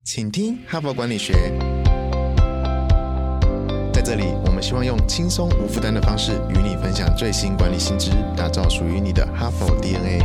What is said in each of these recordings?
请听哈佛管理学。在这里，我们希望用轻松无负担的方式与你分享最新管理新知，打造属于你的哈佛 DNA。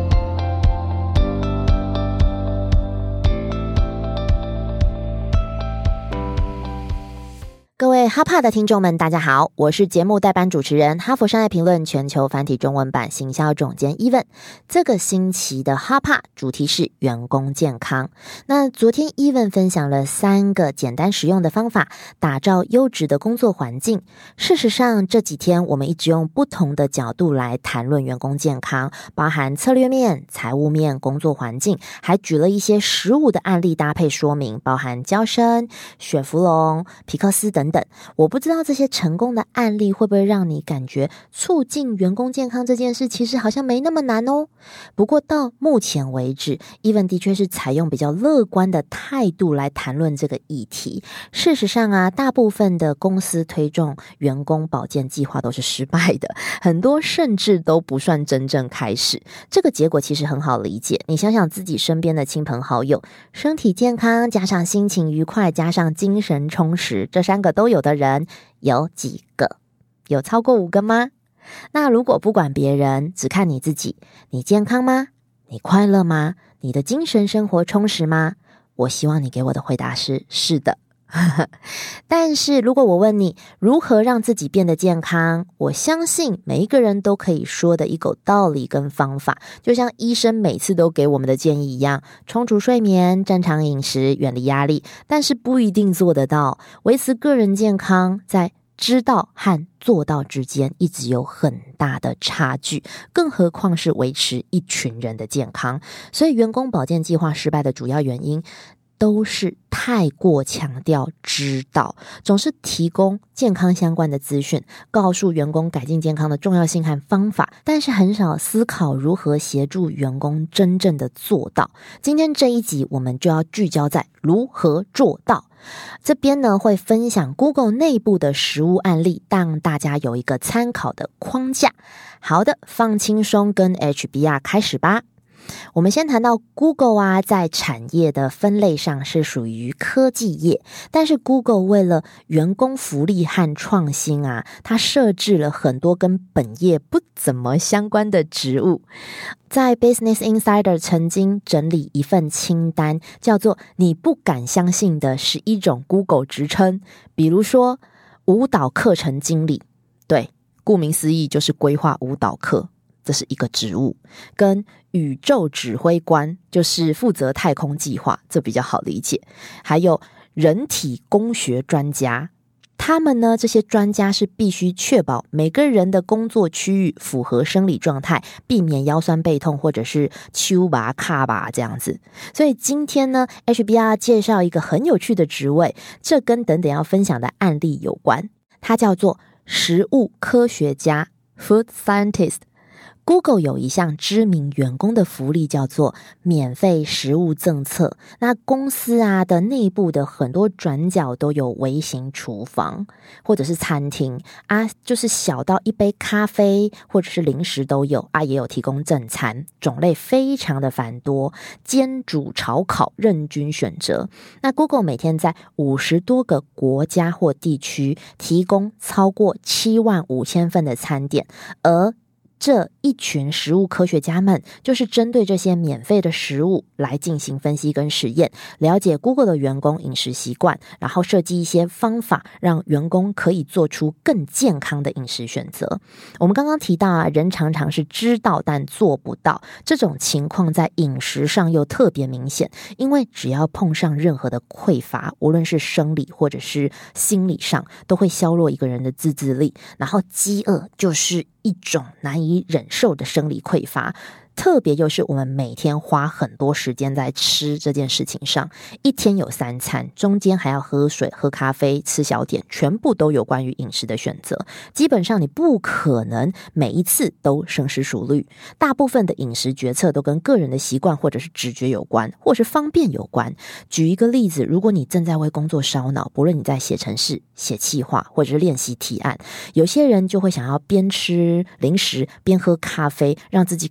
各位哈帕的听众们，大家好，我是节目代班主持人，哈佛商业评论全球繁体中文版行销总监 Even。 这个星期的哈帕主题是员工健康。那昨天 Even 分享了3个简单实用的方法，打造优质的工作环境。事实上，这几天我们一直用不同的角度来谈论员工健康，包含策略面、财务面、工作环境，还举了一些实务的案例搭配说明，包含交生、雪佛龙、皮克斯等等。我不知道这些成功的案例会不会让你感觉促进员工健康这件事其实好像没那么难哦。不过到目前为止 Even 的确是采用比较乐观的态度来谈论这个议题。事实上啊，大部分的公司推动员工保健计划都是失败的，很多甚至都不算真正开始。这个结果其实很好理解，你想想自己身边的亲朋好友，身体健康加上心情愉快加上精神充实，这3个都有的人有几个？有超过5个吗？那如果不管别人，只看你自己，你健康吗？你快乐吗？你的精神生活充实吗？我希望你给我的回答是是的。但是如果我问你如何让自己变得健康，我相信每一个人都可以说的一个道理跟方法，就像医生每次都给我们的建议一样，充足睡眠、正常饮食、远离压力，但是不一定做得到。维持个人健康在知道和做到之间一直有很大的差距，更何况是维持一群人的健康。所以员工保健计划失败的主要原因都是太过强调知道，总是提供健康相关的资讯，告诉员工改进健康的重要性和方法，但是很少思考如何协助员工真正的做到。今天这一集我们就要聚焦在如何做到。这边呢会分享 Google 内部的实务案例，让大家有一个参考的框架。好的，放轻松，跟 HBR 开始吧。我们先谈到 Google 啊，在产业的分类上是属于科技业，但是 Google 为了员工福利和创新啊，它设置了很多跟本业不怎么相关的职务。在 Business Insider 曾经整理一份清单，叫做你不敢相信的11种 Google 职称，比如说舞蹈课程经理，对，顾名思义就是规划舞蹈课，这是一个职务。跟宇宙指挥官，就是负责太空计划，这比较好理解。还有人体工学专家，他们呢，这些专家是必须确保每个人的工作区域符合生理状态，避免腰酸背痛或者是丘拔卡拔这样子。所以今天呢 HBR 介绍一个很有趣的职位，这跟等等要分享的案例有关，它叫做食物科学家 Food Scientist。Google 有一项知名员工的福利叫做免费食物赠册，那公司啊的内部的很多转角都有微型厨房或者是餐厅啊，就是小到一杯咖啡或者是零食都有啊，也有提供正餐，种类非常的繁多，煎煮炒烤任君选择。那 Google 每天在50多个国家或地区提供超过75000份的餐点，而这一群食物科学家们就是针对这些免费的食物来进行分析跟实验，了解 Google 的员工饮食习惯，然后设计一些方法让员工可以做出更健康的饮食选择。我们刚刚提到啊，人常常是知道但做不到，这种情况在饮食上又特别明显，因为只要碰上任何的匮乏，无论是生理或者是心理上，都会削弱一个人的自制力，然后饥饿就是一种难以忍受的生理匮乏，特别就是我们每天花很多时间在吃这件事情上，一天有3餐，中间还要喝水、喝咖啡、吃小点，全部都有关于饮食的选择。基本上你不可能每一次都深思熟虑，大部分的饮食决策都跟个人的习惯或者是直觉有关，或是方便有关。举一个例子，如果你正在为工作烧脑，不论你在写程式、写企划或者是练习提案，有些人就会想要边吃零食边喝咖啡，让自己可以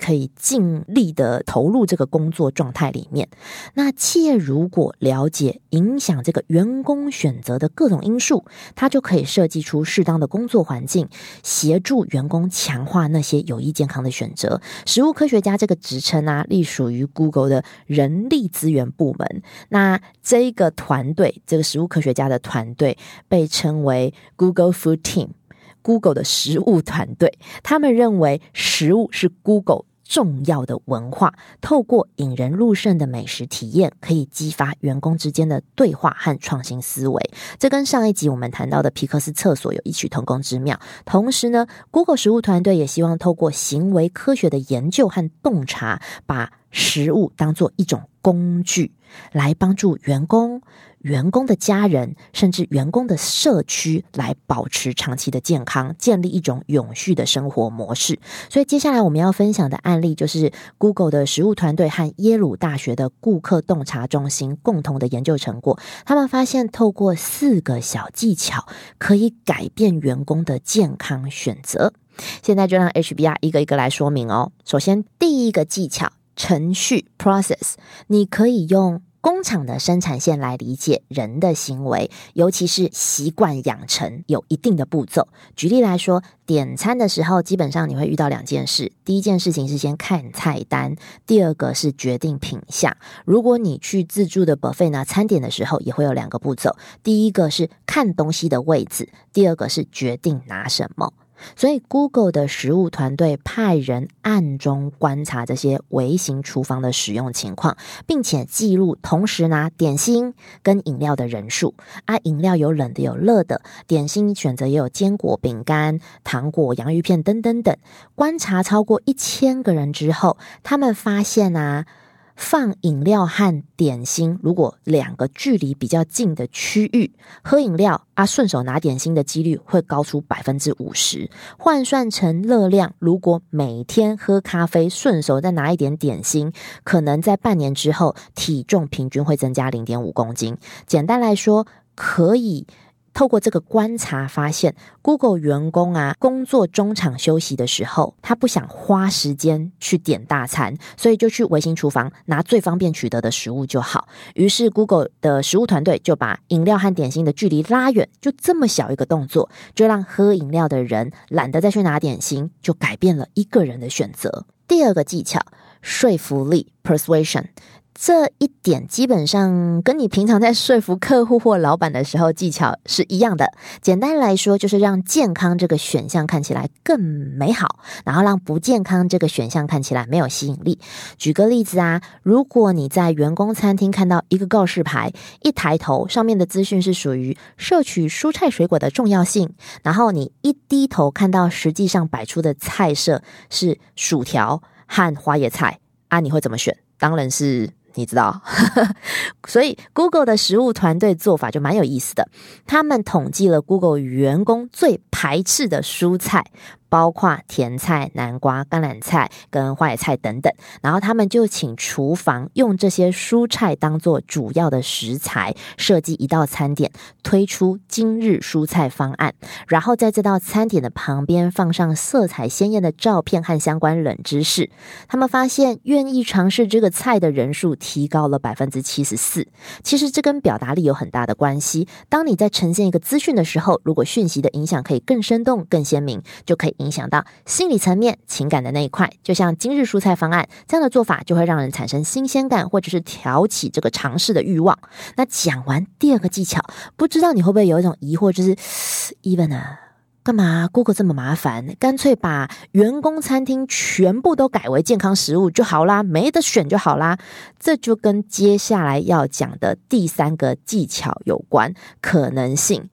尽力的投入这个工作状态里面。那企业如果了解影响这个员工选择的各种因素，它就可以设计出适当的工作环境，协助员工强化那些有益健康的选择。食物科学家这个职称啊，隶属于 Google 的人力资源部门。那这个团队，这个食物科学家的团队被称为 Google Food Team，Google 的食物团队。他们认为食物是 Google 重要的文化，透过引人入胜的美食体验，可以激发员工之间的对话和创新思维。这跟上一集我们谈到的皮克斯厕所有异曲同工之妙。同时呢， Google 食物团队也希望透过行为科学的研究和洞察，把食物当作一种工具，来帮助员工的家人，甚至员工的社区来保持长期的健康，建立一种永续的生活模式。所以接下来我们要分享的案例就是 Google 的食物团队和耶鲁大学的顾客洞察中心共同的研究成果。他们发现透过4个小技巧可以改变员工的健康选择。现在就让 HBR 一个一个来说明哦。首先第一个技巧，程序 process， 你可以用工厂的生产线来理解人的行为，尤其是习惯养成有一定的步骤。举例来说，点餐的时候基本上你会遇到2件事，第一件事情是先看菜单，第二个是决定品项。如果你去自助的 buffet 拿餐点的时候，也会有2个步骤，第一个是看东西的位置，第二个是决定拿什么。所以 Google 的食物团队派人暗中观察这些微型厨房的使用情况，并且记录同时拿点心跟饮料的人数。饮料有冷的有热的，点心选择也有坚果、饼干、糖果、洋芋片等等等。观察超过1000个人之后，他们发现放饮料和点心，如果2个距离比较近的区域，喝饮料顺手拿点心的几率会高出 50%。 换算成热量，如果每天喝咖啡，顺手再拿一点点心，可能在半年之后体重平均会增加 0.5 公斤。简单来说，可以透过这个观察发现 Google 员工工作中场休息的时候，他不想花时间去点大餐，所以就去微型厨房拿最方便取得的食物就好。于是 Google 的食物团队就把饮料和点心的距离拉远，就这么小一个动作，就让喝饮料的人懒得再去拿点心，就改变了一个人的选择。第二个技巧，说服力 persuasion。这一点基本上跟你平常在说服客户或老板的时候技巧是一样的。简单来说，就是让健康这个选项看起来更美好，然后让不健康这个选项看起来没有吸引力。举个例子如果你在员工餐厅看到一个告示牌，一抬头上面的资讯是属于摄取蔬菜水果的重要性，然后你一低头看到实际上摆出的菜色是薯条和花椰菜你会怎么选？当然是你知道所以 Google 的食物团队做法就蛮有意思的。他们统计了 Google 员工最排斥的蔬菜，包括甜菜、南瓜、甘蓝菜跟花椰菜等等，然后他们就请厨房用这些蔬菜当作主要的食材，设计一道餐点，推出今日蔬菜方案，然后在这道餐点的旁边放上色彩鲜艳的照片和相关冷知识。他们发现愿意尝试这个菜的人数提高了 74%。 其实这跟表达力有很大的关系。当你在呈现一个资讯的时候，如果讯息的影响可以更生动更鲜明，就可以影响到心理层面情感的那一块。就像今日蔬菜方案这样的做法，就会让人产生新鲜感，或者是挑起这个尝试的欲望。那讲完第二个技巧，不知道你会不会有一种疑惑，就是 Even 干嘛 Google 这么麻烦？干脆把员工餐厅全部都改为健康食物就好啦，没得选就好啦。这就跟接下来要讲的第3个技巧有关，可能性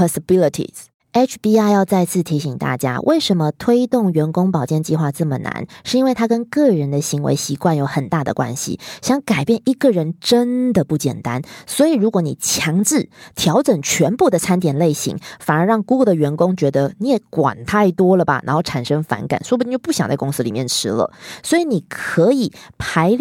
possibilities。HBR 要再次提醒大家，为什么推动员工保健计划这么难，是因为它跟个人的行为习惯有很大的关系。想改变一个人真的不简单，所以如果你强制调整全部的餐点类型，反而让 Google 的员工觉得你也管太多了吧，然后产生反感，说不定就不想在公司里面吃了。所以你可以排列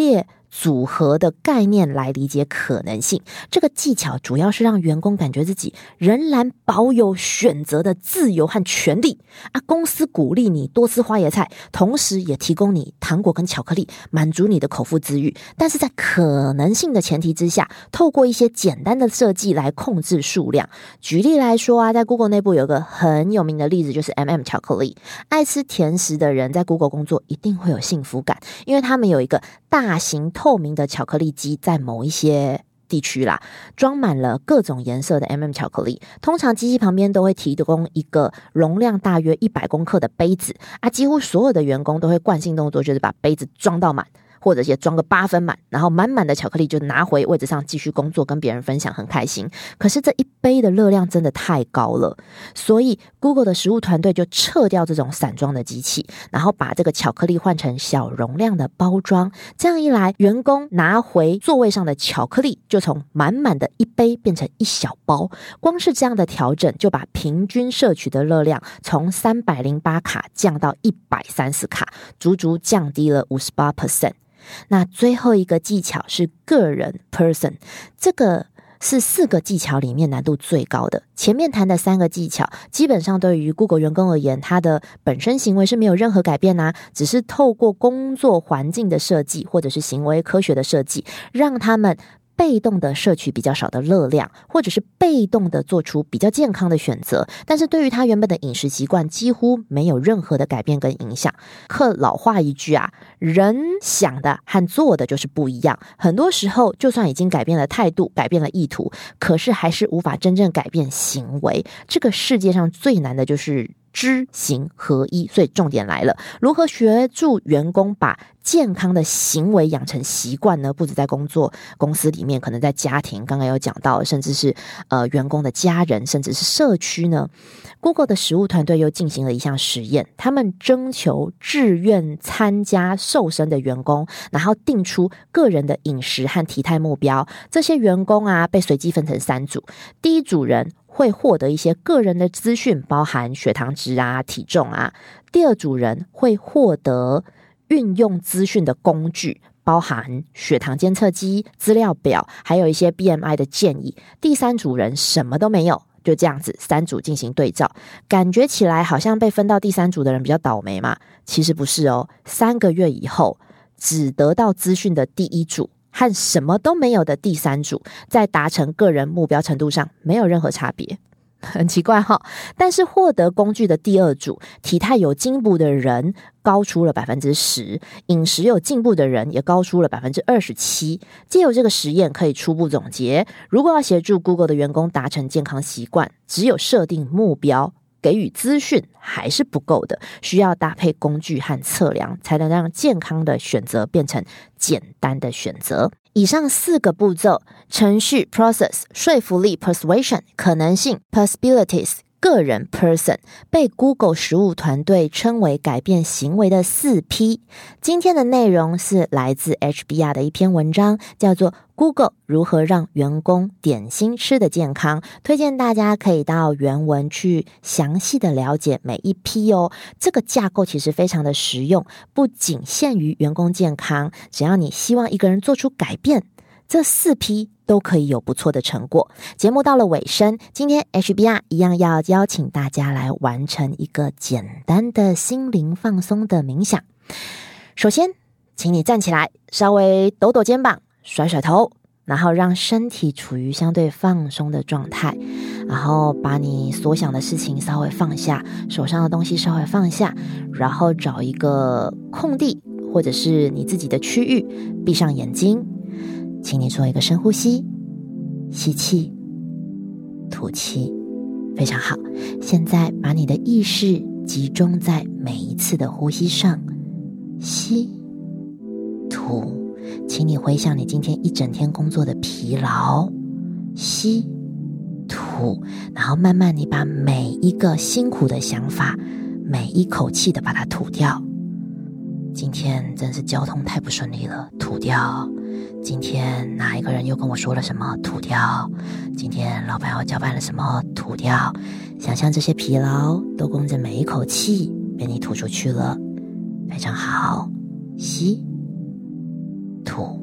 组合的概念来理解可能性。这个技巧主要是让员工感觉自己仍然保有选择的自由和权利公司鼓励你多吃花椰菜，同时也提供你糖果跟巧克力，满足你的口腹之欲，但是在可能性的前提之下，透过一些简单的设计来控制数量。举例来说在 Google 内部有个很有名的例子，就是 巧克力。爱吃甜食的人在 Google 工作一定会有幸福感，因为他们有一个大型透明的巧克力机，在某一些地区啦，装满了各种颜色的巧克力。通常机器旁边都会提供一个容量大约100公克的杯子几乎所有的员工都会惯性动作，就是把杯子装到满，或者也装个8分满，然后满满的巧克力就拿回位置上继续工作，跟别人分享，很开心。可是这一杯的热量真的太高了，所以 Google 的食物团队就撤掉这种散装的机器，然后把这个巧克力换成小容量的包装。这样一来，员工拿回座位上的巧克力就从满满的一杯变成一小包。光是这样的调整，就把平均摄取的热量从308卡降到130卡，足足降低了 58%。那最后一个技巧是个人 person， 这个是4个技巧里面难度最高的。前面谈的3个技巧基本上对于 Google 员工而言，他的本身行为是没有任何改变只是透过工作环境的设计或者是行为科学的设计，让他们被动的摄取比较少的热量，或者是被动的做出比较健康的选择，但是对于他原本的饮食习惯几乎没有任何的改变跟影响。可老话一句人想的和做的就是不一样，很多时候就算已经改变了态度，改变了意图，可是还是无法真正改变行为。这个世界上最难的就是知行合一，所以重点来了，如何协助员工把健康的行为养成习惯呢？不止在公司里面，可能在家庭，刚刚有讲到，甚至是员工的家人，甚至是社区呢。Google 的食物团队又进行了一项实验，他们征求志愿参加瘦身的员工，然后定出个人的饮食和体态目标。这些员工被随机分成3组，第一组人会获得一些个人的资讯，包含血糖值体重第二组人会获得运用资讯的工具，包含血糖监测机、资料表，还有一些 BMI 的建议。第3组人什么都没有，就这样子3组进行对照，感觉起来好像被分到第3组的人比较倒霉嘛？其实不是3个月以后，只得到资讯的第1组和什么都没有的第3组，在达成个人目标程度上没有任何差别。很奇怪但是获得工具的第2组，体态有进步的人高出了 10%， 饮食有进步的人也高出了 27%。 藉由这个实验可以初步总结，如果要协助 Google 的员工达成健康习惯，只有设定目标给予资讯还是不够的，需要搭配工具和测量，才能让健康的选择变成简单的选择。以上4个步骤，程序 process、 说服力 persuasion、 可能性 possibilities、 个人 person， 被 Google 食物团队称为改变行为的4P。 今天的内容是来自 HBR 的一篇文章，叫做 Google 如何让员工点心吃得健康，推荐大家可以到原文去详细的了解每一批这个架构其实非常的实用，不仅限于员工健康，只要你希望一个人做出改变，这4P都可以有不错的成果。节目到了尾声，今天 HBR 一样要邀请大家来完成一个简单的心灵放松的冥想。首先，请你站起来，稍微抖抖肩膀，甩甩头，然后让身体处于相对放松的状态，然后把你所想的事情稍微放下，手上的东西稍微放下，然后找一个空地或者是你自己的区域，闭上眼睛，请你做一个深呼吸，吸气，吐气，非常好。现在把你的意识集中在每一次的呼吸上，吸，吐，请你回想你今天一整天工作的疲劳，吸，吐，然后慢慢你把每一个辛苦的想法，每一口气的把它吐掉。今天真是交通太不顺利了，吐掉。今天哪一个人又跟我说了什么，吐掉。今天老板又交办了什么，吐掉。想象这些疲劳都跟着每一口气被你吐出去了，非常好。吸，吐，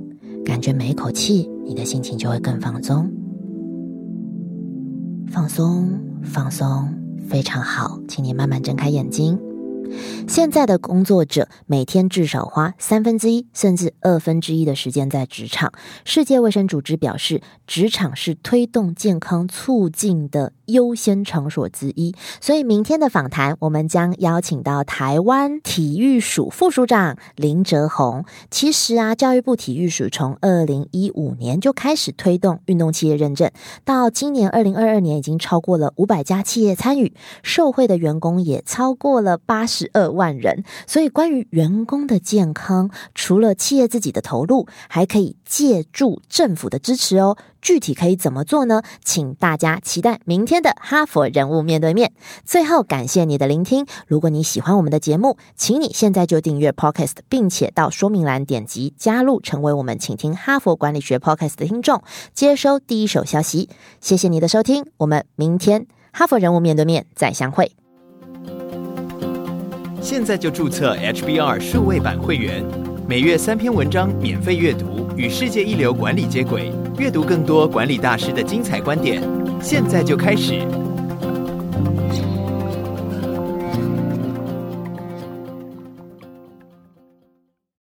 感觉每一口气，你的心情就会更放松。放松，放松，非常好，请你慢慢睁开眼睛。现在的工作者每天至少花1/3甚至1/2的时间在职场。世界卫生组织表示，职场是推动健康促进的优先场所之一。所以明天的访谈，我们将邀请到台湾体育署副署长林哲宏。其实教育部体育署从2015年就开始推动运动企业认证，到今年2022年已经超过了500家企业参与，受惠的员工也超过了82万人。所以关于员工的健康，除了企业自己的投入，还可以借助政府的支持哦。具体可以怎么做呢？请大家期待明天的哈佛人物面对面。最后感谢你的聆听，如果你喜欢我们的节目，请你现在就订阅 Podcast， 并且到说明栏点击加入，成为我们请听哈佛管理学 Podcast 的听众，接收第一手消息。谢谢你的收听，我们明天哈佛人物面对面再相会。 现在就注册 HBR 数位版会员，每月3篇文章免费阅读，与世界一流管理接轨，阅读更多管理大师的精彩观点。现在就开始。